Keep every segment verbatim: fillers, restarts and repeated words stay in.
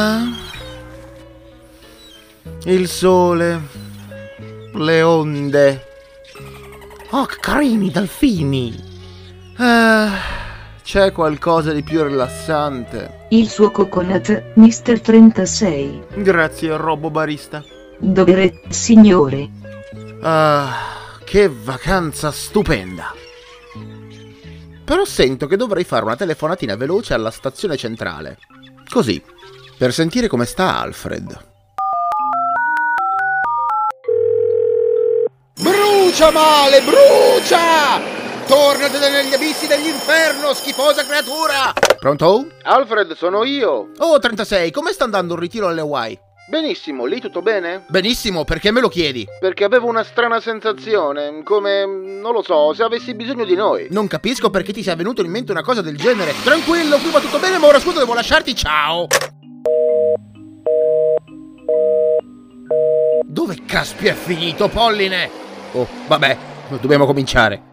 Ah, il sole, le onde. Oh, che carini delfini. Ah, c'è qualcosa di più rilassante. Il suo coconut, mister trentasei. Grazie, Robo Barista. Dovere, signore. Ah, che vacanza stupenda. Però sento che dovrei fare una telefonatina veloce alla stazione centrale. Così, per sentire come sta Alfred. Brucia, male, brucia! Tornate negli abissi dell'inferno, schifosa creatura! Pronto? Alfred, sono io. Oh, trentasei, come sta andando il ritiro alle Hawaii? Benissimo, lì tutto bene? Benissimo, perché me lo chiedi? Perché avevo una strana sensazione, come, non lo so, se avessi bisogno di noi. Non capisco perché ti sia venuto in mente una cosa del genere. Tranquillo, qui va tutto bene, ma ora scusa, devo lasciarti, ciao! Dove caspita è finito, Polline? Oh, vabbè, dobbiamo cominciare.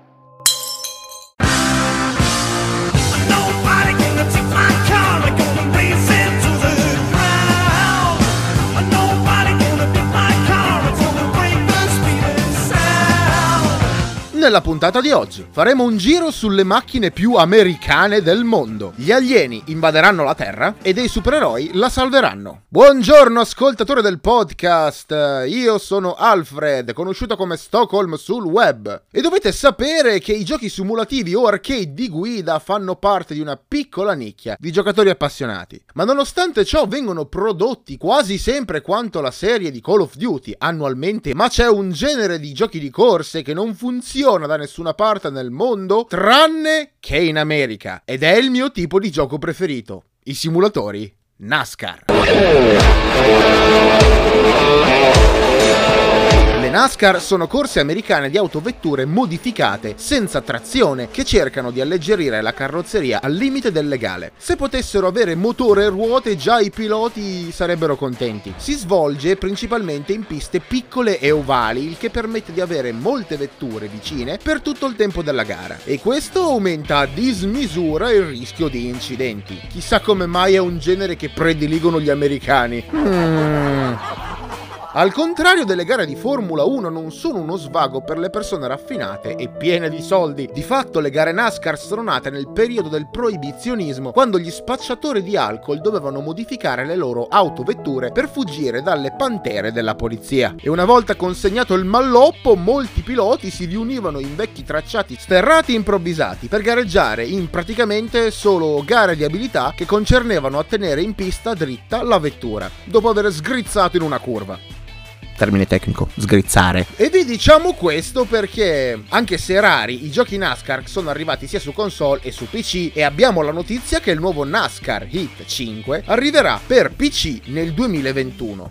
Nella puntata di oggi faremo un giro sulle macchine più americane del mondo. Gli alieni invaderanno la Terra e dei supereroi la salveranno. Buongiorno ascoltatore del podcast, io sono Alfred, conosciuto come Stockholm sul web. E dovete sapere che i giochi simulativi o arcade di guida fanno parte di una piccola nicchia di giocatori appassionati. Ma nonostante ciò vengono prodotti quasi sempre quanto la serie di Call of Duty annualmente, ma c'è un genere di giochi di corse che non funziona da nessuna parte nel mondo tranne che in America, ed è il mio tipo di gioco preferito, i simulatori NASCAR. Le NASCAR sono corse americane di autovetture modificate senza trazione che cercano di alleggerire la carrozzeria al limite del legale. Se potessero avere motore e ruote, già i piloti sarebbero contenti. Si svolge principalmente in piste piccole e ovali, il che permette di avere molte vetture vicine per tutto il tempo della gara, e questo aumenta a dismisura il rischio di incidenti. Chissà come mai è un genere che prediligono gli americani. Hmm. Al contrario delle gare di Formula uno, non sono uno svago per le persone raffinate e piene di soldi. Di fatto le gare NASCAR sono nate nel periodo del proibizionismo, quando gli spacciatori di alcol dovevano modificare le loro autovetture per fuggire dalle pantere della polizia. E una volta consegnato il malloppo, molti piloti si riunivano in vecchi tracciati sterrati e improvvisati per gareggiare in praticamente solo gare di abilità che concernevano a tenere in pista dritta la vettura, dopo aver sgrizzato in una curva. Termine tecnico, sgrizzare. E vi diciamo questo perché, anche se rari, i giochi NASCAR sono arrivati sia su console e su P C, e abbiamo la notizia che il nuovo NASCAR Heat cinque arriverà per P C nel duemilaventuno.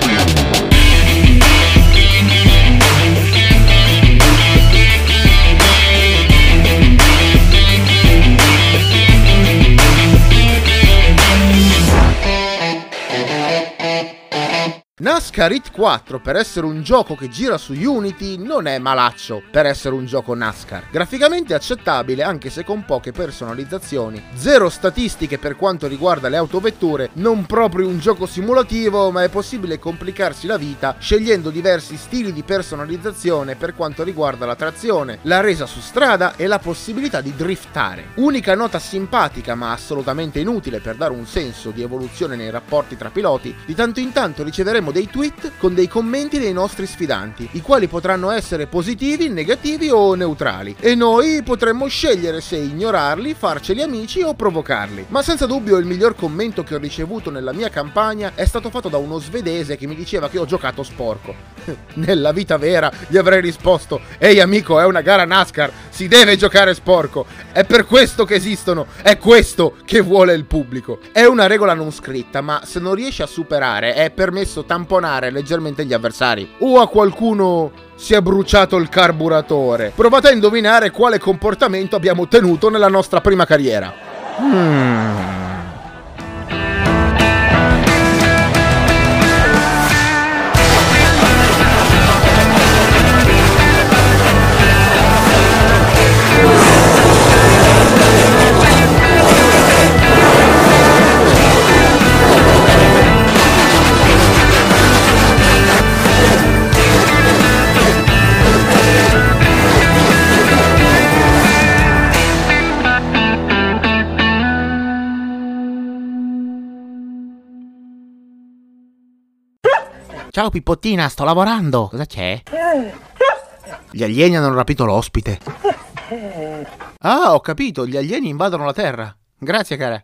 NASCAR Heat quattro, per essere un gioco che gira su Unity, non è malaccio per essere un gioco NASCAR. Graficamente accettabile, anche se con poche personalizzazioni. Zero statistiche per quanto riguarda le autovetture, non proprio un gioco simulativo, ma è possibile complicarsi la vita scegliendo diversi stili di personalizzazione per quanto riguarda la trazione, la resa su strada e la possibilità di driftare. Unica nota simpatica ma assolutamente inutile per dare un senso di evoluzione nei rapporti tra piloti: di tanto in tanto riceveremo dei tweet con dei commenti dei nostri sfidanti, i quali potranno essere positivi, negativi o neutrali, e noi potremmo scegliere se ignorarli, farceli amici o provocarli. Ma senza dubbio il miglior commento che ho ricevuto nella mia campagna è stato fatto da uno svedese che mi diceva che ho giocato sporco. Nella vita vera gli avrei risposto: ehi amico, è una gara NASCAR, si deve giocare sporco, è per questo che esistono, è questo che vuole il pubblico. È una regola non scritta, ma se non riesci a superare è permesso tamponare leggermente gli avversari. O a qualcuno si è bruciato il carburatore. Provate a indovinare quale comportamento abbiamo tenuto nella nostra prima carriera. Hmm... Ciao Pippottina, sto lavorando. Cosa c'è? Gli alieni hanno rapito l'ospite. Ah, ho capito, gli alieni invadono la Terra. Grazie, cara.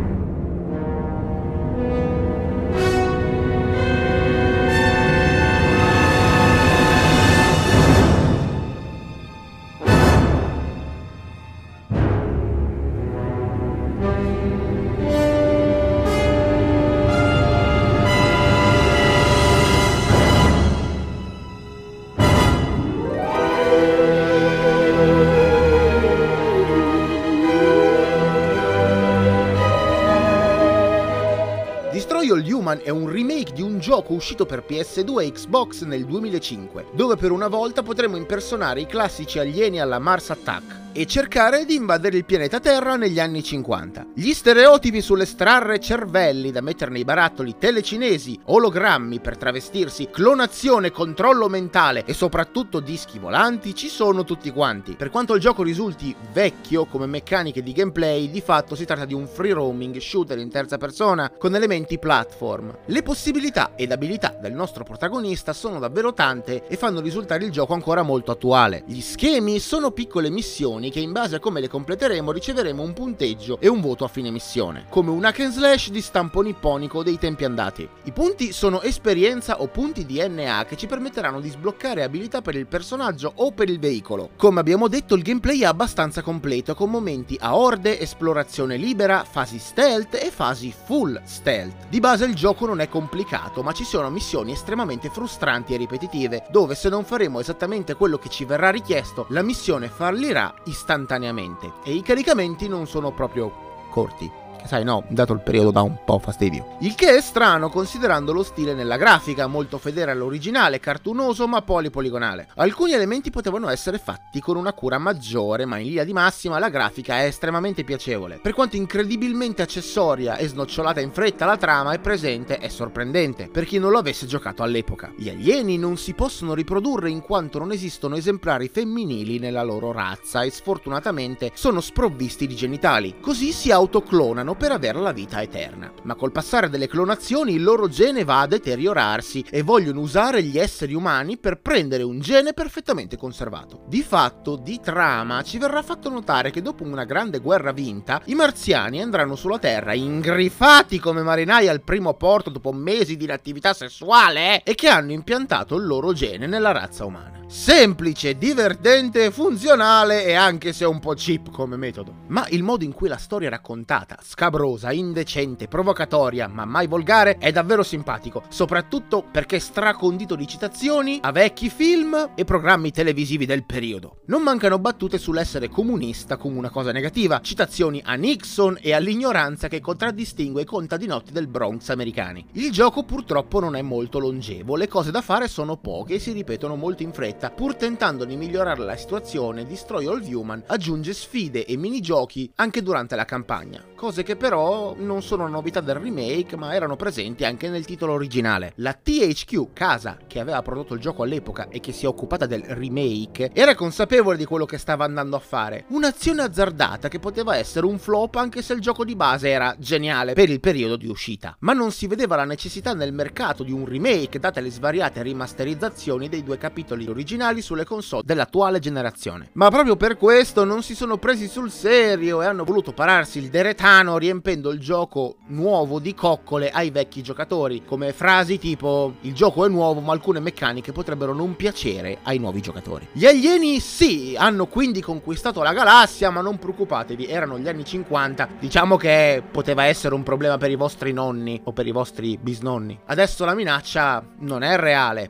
Destroy All Human è un remake di un gioco uscito per P S due e Xbox nel duemilacinque, dove per una volta potremo impersonare i classici alieni alla Mars Attack e cercare di invadere il pianeta Terra negli anni cinquanta. Gli stereotipi sull'estrarre cervelli da mettere nei barattoli, telecinesi, ologrammi per travestirsi, clonazione, controllo mentale e soprattutto dischi volanti ci sono tutti quanti. Per quanto il gioco risulti vecchio come meccaniche di gameplay, di fatto si tratta di un free roaming shooter in terza persona con elementi platform. Le possibilità ed abilità del nostro protagonista sono davvero tante e fanno risultare il gioco ancora molto attuale. Gli schemi sono piccole missioni che in base a come le completeremo riceveremo un punteggio e un voto a fine missione, come un hack and slash di stampo nipponico dei tempi andati. I punti sono esperienza o punti di N A che ci permetteranno di sbloccare abilità per il personaggio o per il veicolo. Come abbiamo detto, il gameplay è abbastanza completo con momenti a orde, esplorazione libera, fasi stealth e fasi full stealth. Di base il gioco non è complicato, ma ci sono missioni estremamente frustranti e ripetitive, dove se non faremo esattamente quello che ci verrà richiesto, la missione fallirà istantaneamente e i caricamenti non sono proprio corti. Che sai, no, dato il periodo dà un po' fastidio. Il che è strano considerando lo stile nella grafica, molto fedele all'originale, cartunoso ma polipoligonale. Alcuni elementi potevano essere fatti con una cura maggiore, ma in linea di massima la grafica è estremamente piacevole. Per quanto incredibilmente accessoria e snocciolata in fretta, la trama è presente e sorprendente, per chi non lo avesse giocato all'epoca. Gli alieni non si possono riprodurre in quanto non esistono esemplari femminili nella loro razza e sfortunatamente sono sprovvisti di genitali, così si autoclonano per avere la vita eterna. Ma col passare delle clonazioni il loro gene va a deteriorarsi e vogliono usare gli esseri umani per prendere un gene perfettamente conservato. Di fatto, di trama, ci verrà fatto notare che dopo una grande guerra vinta, i marziani andranno sulla Terra ingrifati come marinai al primo porto dopo mesi di inattività sessuale e che hanno impiantato il loro gene nella razza umana. Semplice, divertente, funzionale e anche se un po' cheap come metodo. Ma il modo in cui la storia è raccontata, scabrosa, indecente, provocatoria, ma mai volgare, è davvero simpatico, soprattutto perché è stracondito di citazioni a vecchi film e programmi televisivi del periodo. Non mancano battute sull'essere comunista come una cosa negativa, citazioni a Nixon e all'ignoranza che contraddistingue i contadinotti del Bronx americani. Il gioco purtroppo non è molto longevo, le cose da fare sono poche e si ripetono molto in fretta. Pur tentando di migliorare la situazione, Destroy All Human aggiunge sfide e minigiochi anche durante la campagna, cose che però non sono novità del remake ma erano presenti anche nel titolo originale. La T H Q, casa che aveva prodotto il gioco all'epoca e che si è occupata del remake, era consapevole di quello che stava andando a fare, un'azione azzardata che poteva essere un flop anche se il gioco di base era geniale per il periodo di uscita, ma non si vedeva la necessità nel mercato di un remake date le svariate rimasterizzazioni dei due capitoli originali sulle console dell'attuale generazione. Ma proprio per questo non si sono presi sul serio e hanno voluto pararsi il deretano riempendo il gioco nuovo di coccole ai vecchi giocatori, come frasi tipo il gioco è nuovo ma alcune meccaniche potrebbero non piacere ai nuovi giocatori. Gli alieni sì, hanno quindi conquistato la galassia, ma non preoccupatevi, erano gli anni cinquanta, diciamo che poteva essere un problema per i vostri nonni o per i vostri bisnonni. Adesso la minaccia non è reale,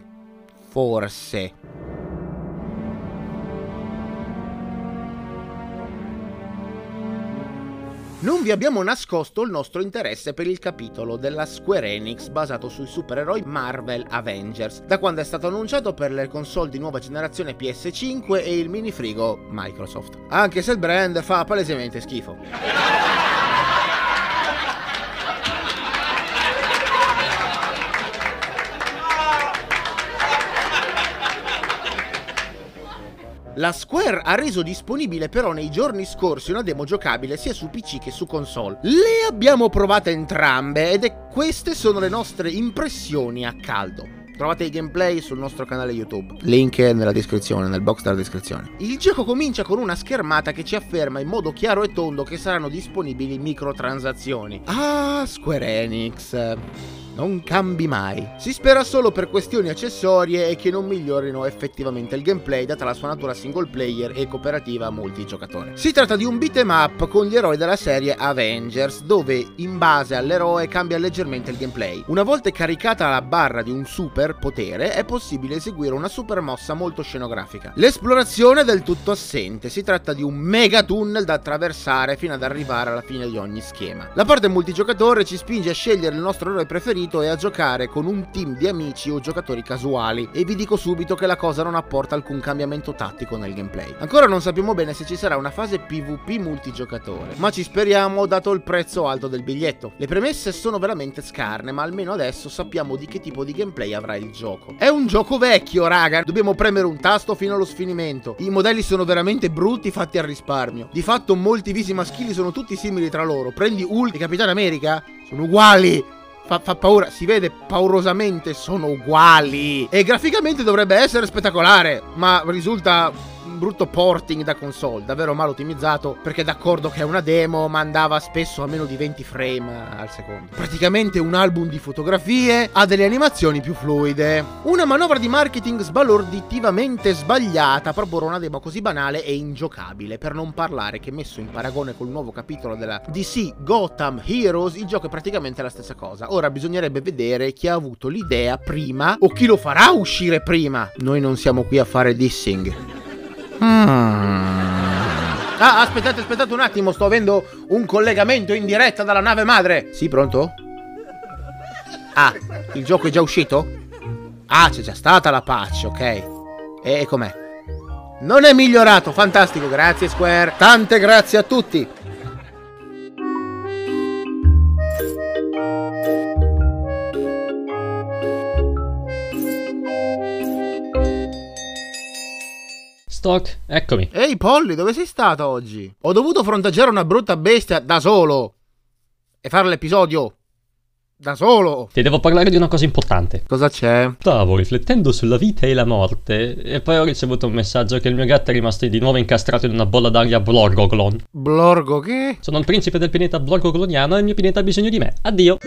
forse. Non vi abbiamo nascosto il nostro interesse per il capitolo della Square Enix basato sui supereroi Marvel Avengers, da quando è stato annunciato per le console di nuova generazione P S cinque e il minifrigo Microsoft, anche se il brand fa palesemente schifo. La Square ha reso disponibile però nei giorni scorsi una demo giocabile sia su P C che su console. Le abbiamo provate entrambe ed è queste sono le nostre impressioni a caldo. Trovate i gameplay sul nostro canale YouTube, link nella descrizione, nel box della descrizione. Il gioco comincia con una schermata che ci afferma in modo chiaro e tondo che saranno disponibili microtransazioni. Ah, Square Enix, non cambi mai. Si spera solo per questioni accessorie e che non migliorino effettivamente il gameplay, data la sua natura single player e cooperativa multigiocatore. Si tratta di un beat'em up con gli eroi della serie Avengers, dove in base all'eroe cambia leggermente il gameplay. Una volta caricata la barra di un super potere è possibile eseguire una super mossa molto scenografica. L'esplorazione è del tutto assente, si tratta di un mega tunnel da attraversare fino ad arrivare alla fine di ogni schema. La parte multigiocatore ci spinge a scegliere il nostro eroe preferito e a giocare con un team di amici o giocatori casuali, e vi dico subito che la cosa non apporta alcun cambiamento tattico nel gameplay. Ancora non sappiamo bene se ci sarà una fase PvP multigiocatore, ma ci speriamo dato il prezzo alto del biglietto. Le premesse sono veramente scarne, ma almeno adesso sappiamo di che tipo di gameplay avrà il gioco. È un gioco vecchio, raga, dobbiamo premere un tasto fino allo sfinimento. I modelli sono veramente brutti, fatti al risparmio. Di fatto molti visi maschili sono tutti simili tra loro. Prendi Hulk e Capitan America, sono uguali. Fa, fa paura, si vede paurosamente, sono uguali. E graficamente dovrebbe essere spettacolare, ma risulta un brutto porting da console, davvero mal ottimizzato, perché d'accordo che è una demo, ma andava spesso a meno di venti frame al secondo. Praticamente un album di fotografie, ha delle animazioni più fluide. Una manovra di marketing sbalorditivamente sbagliata, proporre una demo così banale e ingiocabile, per non parlare che messo in paragone col nuovo capitolo della D C Gotham Heroes, il gioco è praticamente la stessa cosa. Ora bisognerebbe vedere chi ha avuto l'idea prima o chi lo farà uscire prima. Noi non siamo qui a fare dissing. Hmm. Ah, aspettate, aspettate un attimo, sto avendo un collegamento in diretta dalla nave madre. Sì, pronto? Ah, il gioco è già uscito? Ah, c'è già stata la patch, ok. E com'è? Non è migliorato, fantastico, grazie Square. Tante grazie a tutti. Stock, eccomi. Ehi Polly, dove sei stato oggi? Ho dovuto fronteggiare una brutta bestia da solo e fare l'episodio da solo. Ti devo parlare di una cosa importante. Cosa c'è? Stavo riflettendo sulla vita e la morte e poi ho ricevuto un messaggio che il mio gatto è rimasto di nuovo incastrato in una bolla d'aria Blorgoglon. Blorgo che? Sono il principe del pianeta Blorgogloniano e il mio pianeta ha bisogno di me. Addio.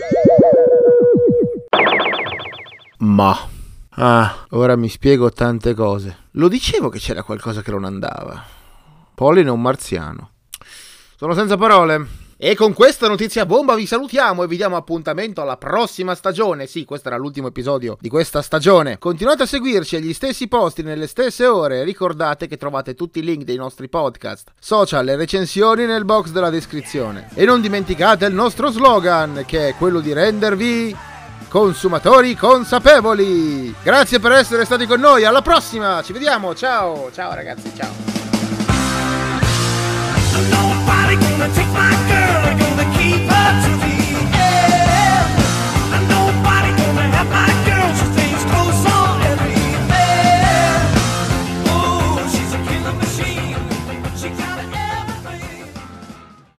Ma... ah, ora mi spiego tante cose. Lo dicevo che c'era qualcosa che non andava. Polly è un marziano. Sono senza parole. E con questa notizia bomba vi salutiamo e vi diamo appuntamento alla prossima stagione. Sì, questo era l'ultimo episodio di questa stagione. Continuate a seguirci agli stessi posti nelle stesse ore. Ricordate che trovate tutti i link dei nostri podcast, social e recensioni nel box della descrizione. E non dimenticate il nostro slogan, che è quello di rendervi consumatori consapevoli. Grazie per essere stati con noi, alla prossima, ci vediamo, ciao, ciao ragazzi, ciao.